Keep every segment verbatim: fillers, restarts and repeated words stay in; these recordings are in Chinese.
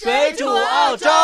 水煮澳洲。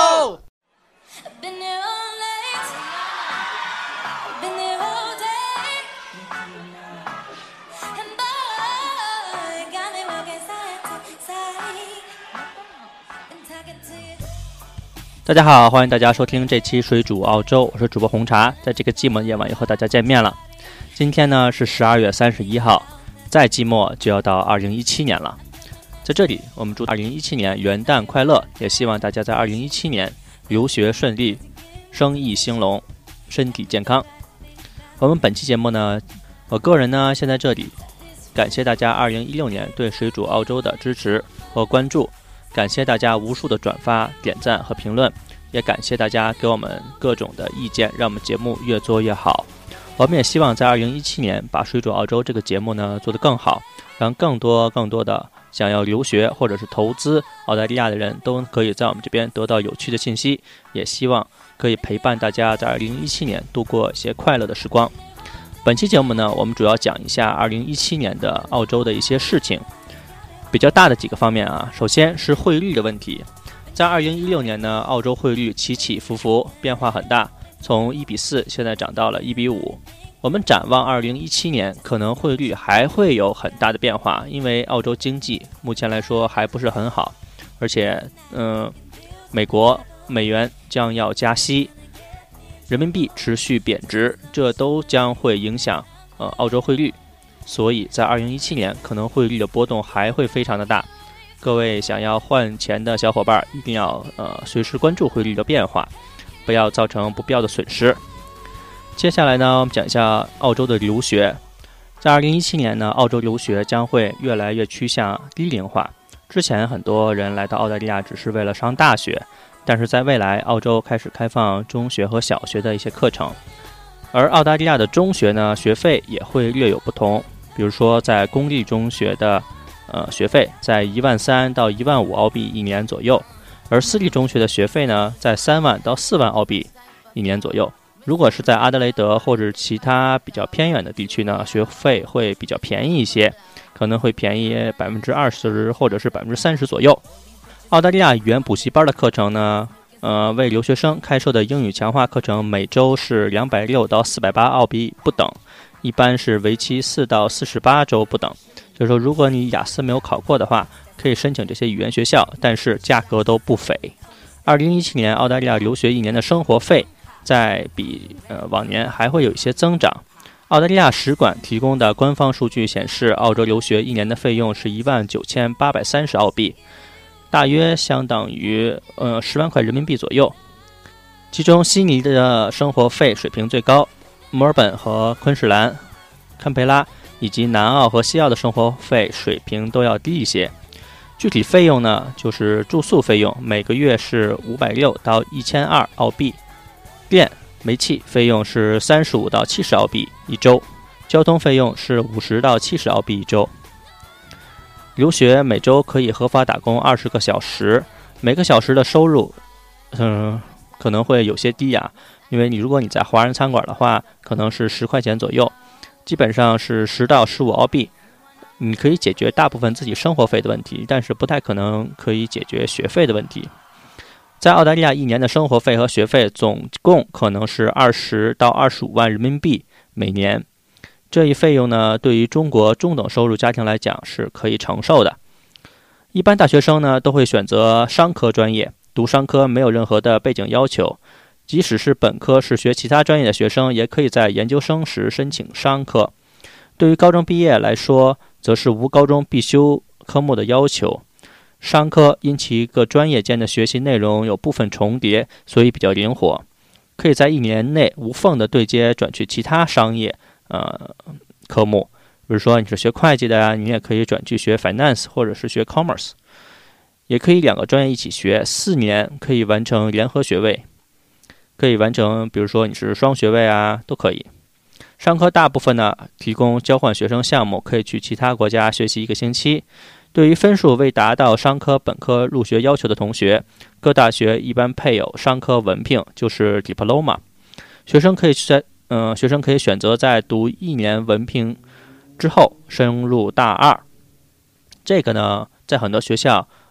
大家好，欢迎大家收听这期水煮澳洲，我是主播红茶，在这个寂寞的夜晚又和大家见面了。今天呢是十二月三十一号，再寂寞就要到二零一七年了。在这里我们祝二零一七年元旦快乐，也希望大家在二零一七年留学顺利，生意兴隆，身体健康。我们本期节目呢，我个人呢先在这里感谢大家二零一六年对水煮澳洲的支持和关注，感谢大家无数的转发、点赞和评论，也感谢大家给我们各种的意见，让我们节目越做越好。我们也希望在二零一七年把水煮澳洲这个节目呢做得更好，让更多更多的想要留学或者是投资澳大利亚的人都可以在我们这边得到有趣的信息，也希望可以陪伴大家在二零一七年度过一些快乐的时光。本期节目呢，我们主要讲一下二零一七年的澳洲的一些事情，比较大的几个方面啊。首先是汇率的问题，在二零一六年呢，澳洲汇率起起伏伏，变化很大，从一比四现在涨到了一比五。我们展望二零一七年，可能汇率还会有很大的变化，因为澳洲经济目前来说还不是很好，而且嗯、呃，美国美元将要加息，人民币持续贬值，这都将会影响呃澳洲汇率，所以在二零一七年可能汇率的波动还会非常的大。各位想要换钱的小伙伴一定要呃随时关注汇率的变化，不要造成不必要的损失。接下来呢，我们讲一下澳洲的留学。在二零一七年呢，澳洲留学将会越来越趋向低龄化。之前很多人来到澳大利亚只是为了上大学，但是在未来，澳洲开始开放中学和小学的一些课程，而澳大利亚的中学呢，学费也会略有不同。比如说，在公立中学的呃学费在一万三到一万五澳币一年左右，而私立中学的学费呢，在三万到四万澳币一年左右。如果是在阿德雷德或者其他比较偏远的地区呢，学费会比较便宜一些，可能会便宜百分之二十或者是百分之三十左右。澳大利亚语言补习班的课程呢，呃，为留学生开设的英语强化课程每周是两百六到四百八澳币不等，一般是为期四到四十八周不等。就是说，如果你雅思没有考过的话，可以申请这些语言学校，但是价格都不菲。二零一七年澳大利亚留学一年的生活费在比呃往年还会有一些增长。澳大利亚使馆提供的官方数据显示，澳洲留学一年的费用是一万九千八百三十澳币，大约相当于呃十万块人民币左右。其中悉尼的生活费水平最高，墨尔本和昆士兰、堪培拉以及南澳和西澳的生活费水平都要低一些。具体费用呢，就是住宿费用每个月是五百六到一千二澳币，电、煤气费用是三十五到七十澳币一周，交通费用是五十到七十澳币一周。留学每周可以合法打工二十个小时，每个小时的收入，嗯，可能会有些低啊，因为你如果你在华人餐馆的话，可能是十块钱左右，基本上是十到十五澳币。你可以解决大部分自己生活费的问题，但是不太可能可以解决学费的问题。在澳大利亚一年的生活费和学费总共可能是二十到二十五万人民币每年。这一费用呢，对于中国中等收入家庭来讲是可以承受的。一般大学生呢都会选择商科专业，读商科没有任何的背景要求，即使是本科是学其他专业的学生，也可以在研究生时申请商科。对于高中毕业来说，则是无高中必修科目的要求。商科因其各专业间的学习内容有部分重叠，所以比较灵活，可以在一年内无缝的对接转去其他商业呃科目。比如说你是学会计的呀，你也可以转去学 finance 或者是学 commerce， 也可以两个专业一起学，四年可以完成联合学位，可以完成比如说你是双学位啊都可以。商科大部分呢提供交换学生项目，可以去其他国家学习一个星期。对于分数未达到商科本科入学要求的同学，各大学一般配有商科文凭，就是 diploma。学生可以在呃学生可以选择在读一年文凭之后升入大二。这个呢，在很多学校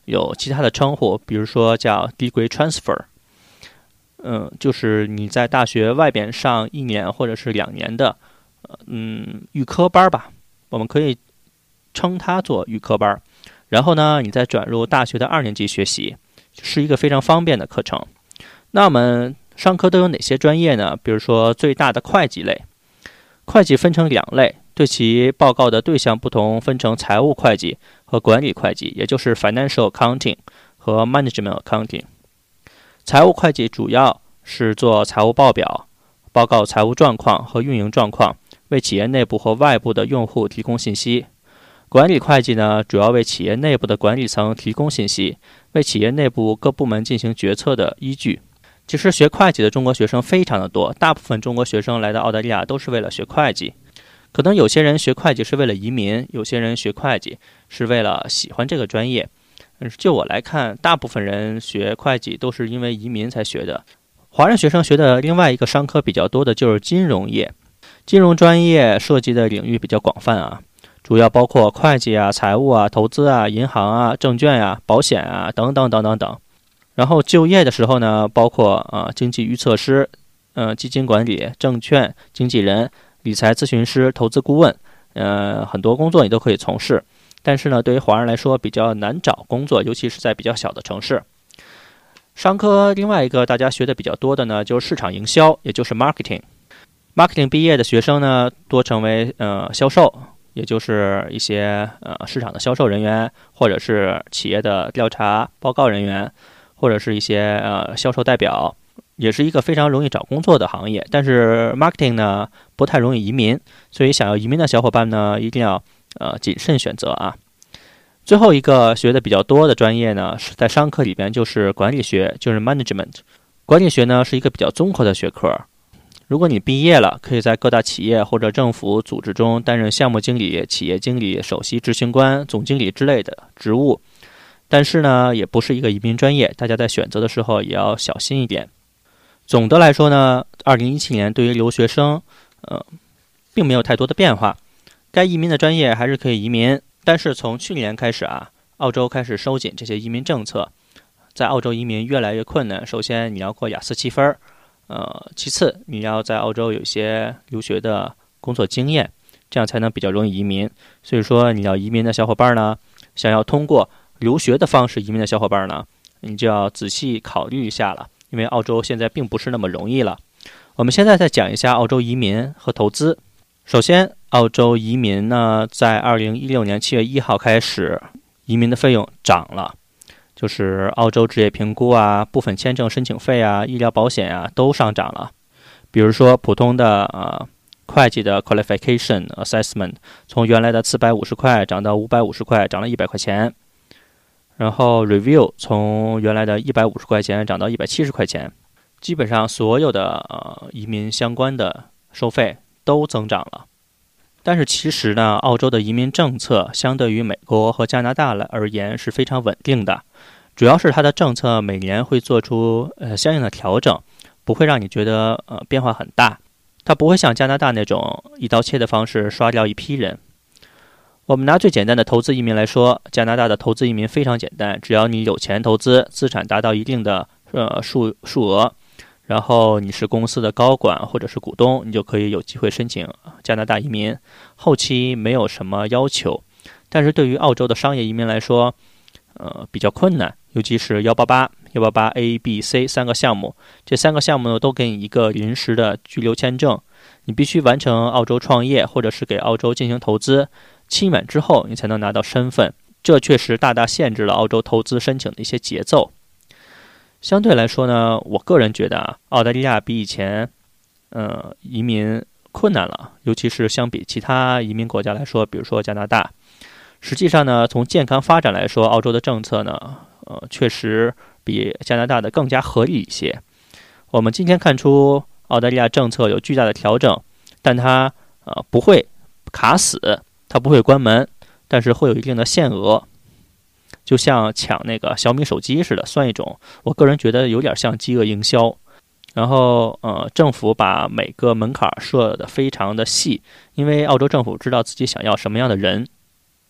有其他的称呼，比如说叫 degree transfer， 嗯，就是你在大学外边上一年或者是两年的，嗯，预科班吧，我们可以称它做预科班。然后呢，你再转入大学的二年级学习，是一个非常方便的课程。那我们上课都有哪些专业呢？比如说最大的会计类，会计分成两类，对其报告的对象不同，分成财务会计和管理会计，也就是 financial accounting 和 management accounting。财务会计主要是做财务报表，报告财务状况和运营状况，为企业内部和外部的用户提供信息。管理会计呢，主要为企业内部的管理层提供信息，为企业内部各部门进行决策的依据。其实学会计的中国学生非常的多，大部分中国学生来到澳大利亚都是为了学会计。可能有些人学会计是为了移民，有些人学会计是为了喜欢这个专业。但是就我来看，大部分人学会计都是因为移民才学的。华人学生学的另外一个商科比较多的就是金融业，金融专业涉及的领域比较广泛啊。主要包括会计啊、财务啊、投资啊、银行啊、证券啊、保险啊等等等等等。然后就业的时候呢，包括啊经济预测师、呃基金管理、证券经纪人、理财咨询师、投资顾问，呃很多工作你都可以从事。但是呢，对于华人来说比较难找工作，尤其是在比较小的城市。商科另外一个大家学的比较多的呢，就是市场营销，也就是 marketing。marketing 毕业的学生呢，多成为呃销售。也就是一些呃市场的销售人员，或者是企业的调查报告人员，或者是一些呃销售代表，也是一个非常容易找工作的行业。但是 marketing 呢不太容易移民，所以想要移民的小伙伴呢一定要呃谨慎选择啊。最后一个学的比较多的专业呢是在商科里边，就是管理学，就是 management。管理学呢是一个比较综合的学科。如果你毕业了，可以在各大企业或者政府组织中担任项目经理、企业经理、首席执行官、总经理之类的职务。但是呢，也不是一个移民专业，大家在选择的时候也要小心一点。总的来说呢，二零一七年对于留学生，呃，并没有太多的变化。该移民的专业还是可以移民，但是从去年开始啊，澳洲开始收紧这些移民政策，在澳洲移民越来越困难。首先，你要过雅思七分。呃，其次，你要在澳洲有一些留学的工作经验，这样才能比较容易移民。所以说，你要移民的小伙伴呢，想要通过留学的方式移民的小伙伴呢，你就要仔细考虑一下了，因为澳洲现在并不是那么容易了。我们现在再讲一下澳洲移民和投资。首先，澳洲移民呢，在二零一六年七月一号开始，移民的费用涨了。就是澳洲职业评估啊、部分签证申请费啊、医疗保险啊都上涨了。比如说普通的呃会计的 qualification assessment 从原来的四百五十块涨到五百五十块，涨了一百块钱。然后 review 从原来的一百五十块钱涨到一百七十块钱。基本上所有的呃移民相关的收费都增长了。但是其实呢，澳洲的移民政策相对于美国和加拿大来而言是非常稳定的。主要是它的政策每年会做出呃相应的调整，不会让你觉得呃变化很大。它不会像加拿大那种一刀切的方式刷掉一批人。我们拿最简单的投资移民来说，加拿大的投资移民非常简单，只要你有钱投资，资产达到一定的呃数数额，然后你是公司的高管或者是股东，你就可以有机会申请加拿大移民。后期没有什么要求，但是对于澳洲的商业移民来说，呃比较困难。尤其是一八八、一八八 A、B、C 三个项目，这三个项目呢都给你一个临时的居留签证，你必须完成澳洲创业或者是给澳洲进行投资，期满之后你才能拿到身份。这确实大大限制了澳洲投资申请的一些节奏。相对来说呢，我个人觉得啊，澳大利亚比以前呃移民困难了，尤其是相比其他移民国家来说，比如说加拿大。实际上呢，从健康发展来说，澳洲的政策呢呃，确实比加拿大的更加合理一些。我们今天看出澳大利亚政策有巨大的调整，但它呃不会卡死，它不会关门，但是会有一定的限额，就像抢那个小米手机似的，算一种。我个人觉得有点像饥饿营销。然后呃，政府把每个门槛设得非常的细，因为澳洲政府知道自己想要什么样的人。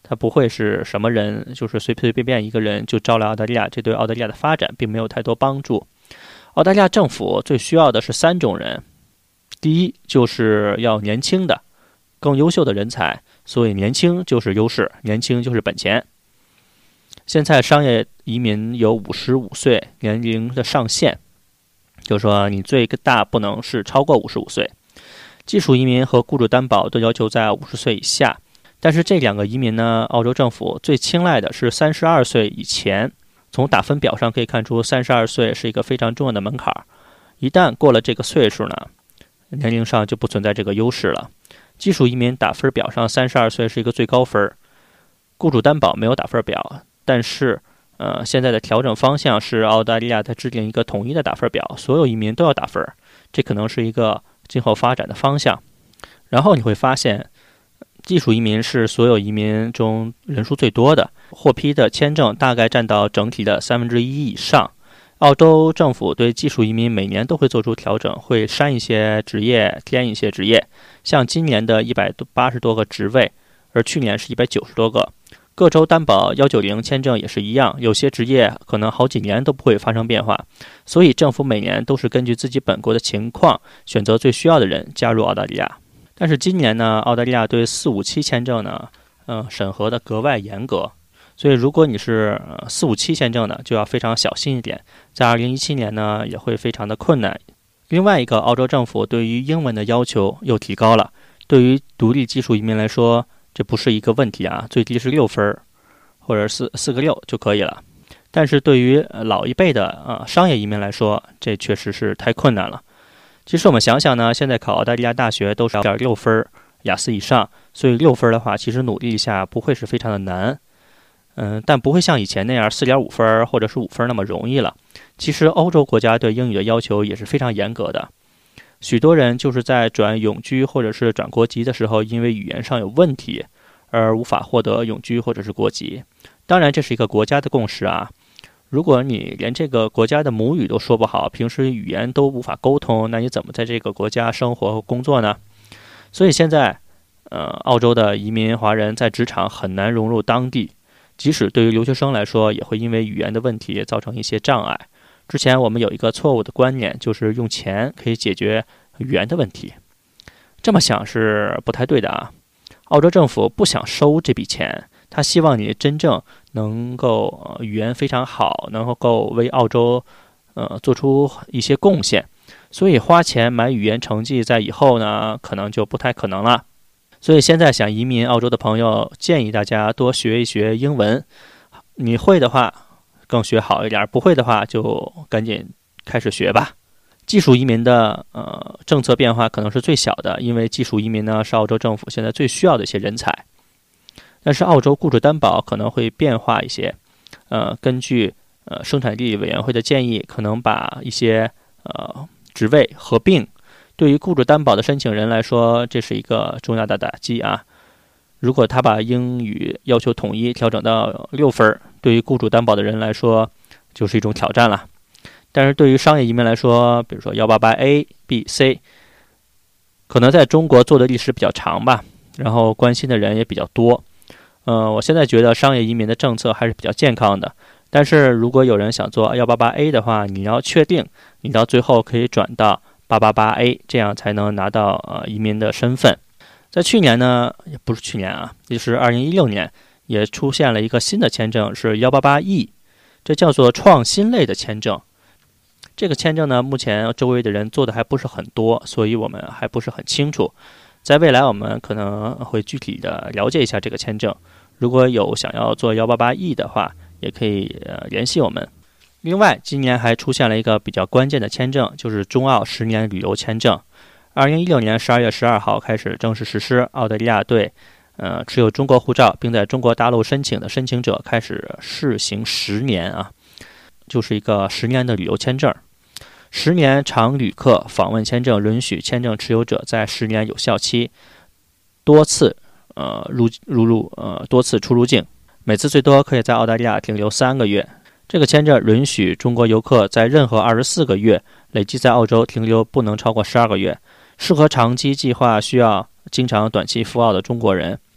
它不会是什么人就是随随便便一个人就招来澳大利亚，这对澳大利亚的发展并没有太多帮助。澳大利亚政府最需要的是三种人，第一就是要年轻的更优秀的人才，所以年轻就是优势，年轻就是本钱。现在商业移民有五十五岁年龄的上限，就是说你最大不能是超过五十五岁。技术移民和雇主担保都要求在五十岁以下，但是这两个移民呢，澳洲政府最青睐的是三十二岁以前。从打分表上可以看出，三十二岁是一个非常重要的门槛，一旦过了这个岁数呢，年龄上就不存在这个优势了。技术移民打分表上三十二岁是一个最高分，雇主担保没有打分表，但是呃，现在的调整方向是澳大利亚在制定一个统一的打分表，所有移民都要打分，这可能是一个今后发展的方向。然后你会发现，技术移民是所有移民中人数最多的，获批的签证大概占到整体的三分之一以上。澳洲政府对技术移民每年都会做出调整，会删一些职业，添一些职业。像今年的一百八十多个职位，而去年是一百九十多个。各州担保一九零签证也是一样，有些职业可能好几年都不会发生变化，所以政府每年都是根据自己本国的情况选择最需要的人加入澳大利亚。但是今年呢，澳大利亚对四五七签证呢，呃，审核的格外严格，所以如果你是呃四五七签证的，就要非常小心一点，在二零一七年呢也会非常的困难。另外一个，澳洲政府对于英文的要求又提高了，对于独立技术移民来说，这不是一个问题啊，最低是六分，或者四四个六就可以了。但是对于老一辈的呃商业移民来说，这确实是太困难了。其实我们想想呢，现在考澳大利亚大学都是二点六分，雅思以上，所以六分的话，其实努力一下不会是非常的难，嗯，但不会像以前那样四点五分或者是五分那么容易了。其实欧洲国家对英语的要求也是非常严格的，许多人就是在转永居或者是转国籍的时候，因为语言上有问题而无法获得永居或者是国籍。当然，这是一个国家的共识啊。如果你连这个国家的母语都说不好，平时语言都无法沟通，那你怎么在这个国家生活和工作呢？所以现在，呃，澳洲的移民华人在职场很难融入当地，即使对于留学生来说，也会因为语言的问题造成一些障碍。之前我们有一个错误的观念，就是用钱可以解决语言的问题，这么想是不太对的啊。澳洲政府不想收这笔钱，他希望你真正能够、呃、语言非常好，能够为澳洲呃做出一些贡献，所以花钱买语言成绩在以后呢，可能就不太可能了。所以现在想移民澳洲的朋友，建议大家多学一学英文，你会的话更学好一点，不会的话就赶紧开始学吧。技术移民的呃政策变化可能是最小的，因为技术移民呢是澳洲政府现在最需要的一些人才。但是澳洲雇主担保可能会变化一些，呃，根据呃生产力委员会的建议，可能把一些呃职位合并。对于雇主担保的申请人来说，这是一个重要的打击啊。如果他把英语要求统一调整到六分，对于雇主担保的人来说就是一种挑战了。但是对于商业移民来说，比如说一八八 A、B、C， 可能在中国做的历史比较长吧，然后关心的人也比较多。呃，我现在觉得商业移民的政策还是比较健康的。但是如果有人想做一八八 A 的话，你要确定你到最后可以转到一八八 A， 这样才能拿到呃移民的身份。在去年呢，也不是去年啊，就是二零一六年，也出现了一个新的签证，是一八八 E， 这叫做创新类的签证。这个签证呢，目前周围的人做的还不是很多，所以我们还不是很清楚。在未来我们可能会具体的了解一下这个签证，如果有想要做一八八 E 的话，也可以呃联系我们。另外，今年还出现了一个比较关键的签证，就是中澳十年旅游签证。二零一六年十二月十二号开始正式实施，澳大利亚对呃持有中国护照并在中国大陆申请的申请者开始试行十年啊，就是一个十年的旅游签证。十年长旅客访问签证允许签证持有者在十年有效期多次呃入入入呃多次出入境，每次最多可以在澳大利亚停留三个月。这个签证允许中国游客在任何二十四个月累计在澳洲停留不能超过十二个月，适合长期计划需要经常短期赴澳的中国人。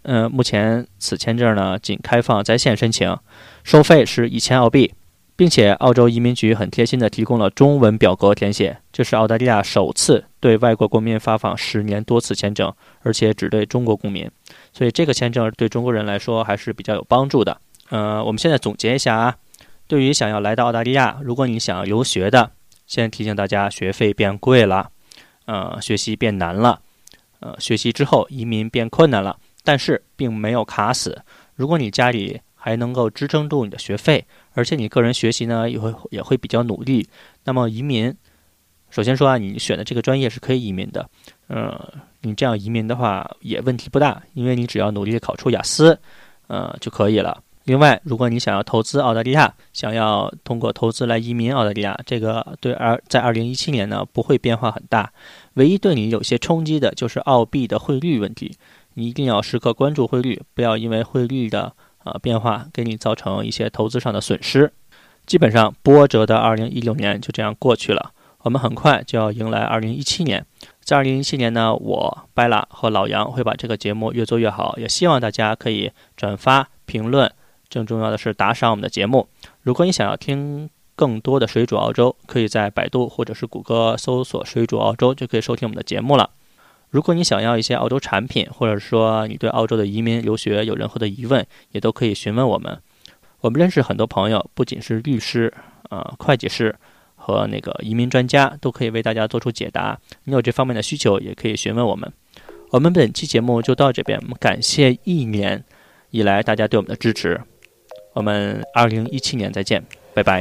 呃，目前此签证呢仅开放在线申请，收费是一千澳币，并且澳洲移民局很贴心的提供了中文表格填写。这是澳大利亚首次对外国公民发放十年多次签证，而且只对中国公民，所以这个签证对中国人来说还是比较有帮助的。呃，我们现在总结一下啊，对于想要来到澳大利亚，如果你想要留学的，先提醒大家学费变贵了，呃，学习变难了，呃，学习之后移民变困难了，但是并没有卡死。如果你家里还能够支撑住你的学费，而且你个人学习呢也会也会比较努力，那么移民，首先说啊，你选的这个专业是可以移民的，呃，你这样移民的话也问题不大，因为你只要努力考出雅思，呃就可以了。另外，如果你想要投资澳大利亚，想要通过投资来移民澳大利亚，这个对而在二零一七年呢不会变化很大，唯一对你有些冲击的就是澳币的汇率问题，你一定要时刻关注汇率，不要因为汇率的呃变化给你造成一些投资上的损失。基本上波折的二零一六年就这样过去了，我们很快就要迎来二零一七年。在二零一七年呢，我拜拉和老杨会把这个节目越做越好，也希望大家可以转发评论，更重要的是打赏我们的节目。如果你想要听更多的水煮澳洲，可以在百度或者是谷歌搜索水煮澳洲就可以收听我们的节目了。如果你想要一些澳洲产品，或者说你对澳洲的移民留学有任何的疑问，也都可以询问我们。我们认识很多朋友，不仅是律师、呃会计师和那个移民专家，都可以为大家做出解答。你有这方面的需求，也可以询问我们。我们本期节目就到这边，我们感谢一年以来大家对我们的支持。我们二零一七年再见，拜拜。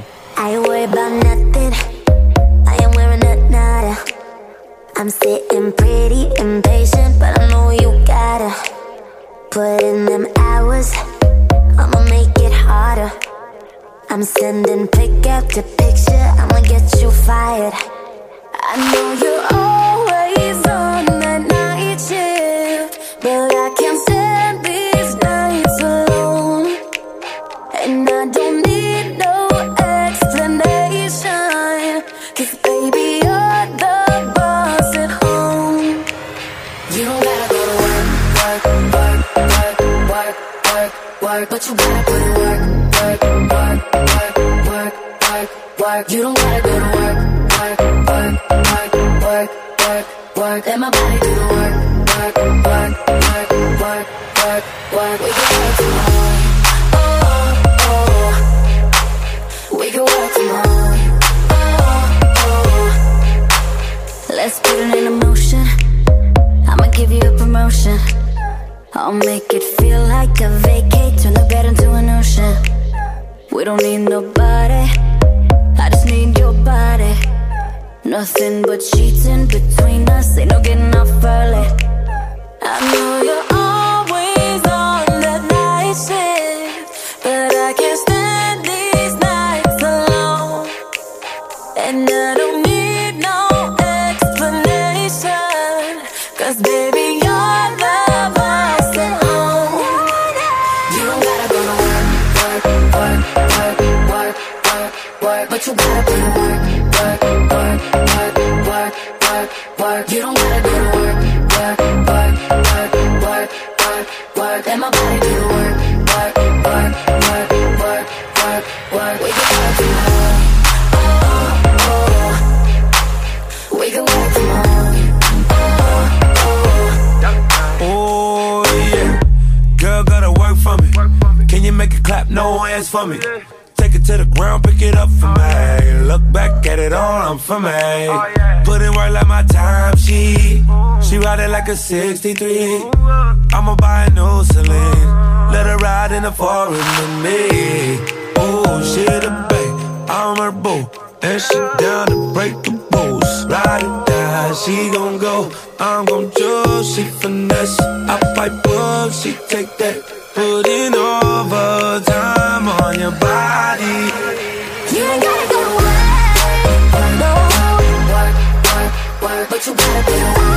I'm sitting pretty impatient, but I know you gotta put in them hours. I'ma make it harder. I'm sending pick after picture, I'ma get you fired. I know you're always on that night shift, but I can't stand these nights alone. And I don't need no explanation, 'cause baby you're the boss at home. You don't gotta go to work, work, work, work, work, work, work, but you gotta put in work, work, work, work, work, work, work. You don't gotta go to work, work, work, work, work, work, work. Let my body do the work, work, work, work, work, work, work. We can work tomorrow. Oh, oh, we can work tomorrow. Oh, oh, let's put it in motion. I'ma give you a promotion. I'll make it feel like a vacate, turn the bed into an ocean. We don't need nobody, I just need your body. Nothing but sheets in between us, ain't no getting off early. I know you're always on that night shift, but I can't stand these nights alone. And I don't need no explanation, 'cause baby you're the boss at home. You don't gotta go to work, work, work, work, work, work, work, but you gotta put in work, work, work, work, work, work, work. You don't gotta go to work, work, work, work, work, work, work. Let my body do the work, work, work, work, work, work, work. We can work tomorrow. Oh, oh, we can work tomorrow. Oh yeah, girl gotta work for me. Can you make it clap? No hands for me. Take it to the ground, pick it up for me. Look back at it all, I'm for me. Put in work like my time sheet. She ride it like a sixty-three. I'ma buy a new Celine. Let her ride in the foreign with me. Oh, she the babe, I'm her boo. And she down to break the rules. Ride it down, she gon' go. I'm gon' choose, she finesse. I pipe up, she take that. Put in overtime on your body. You ain't gotta go to work, no. Work, work, work, but you gotta put in work.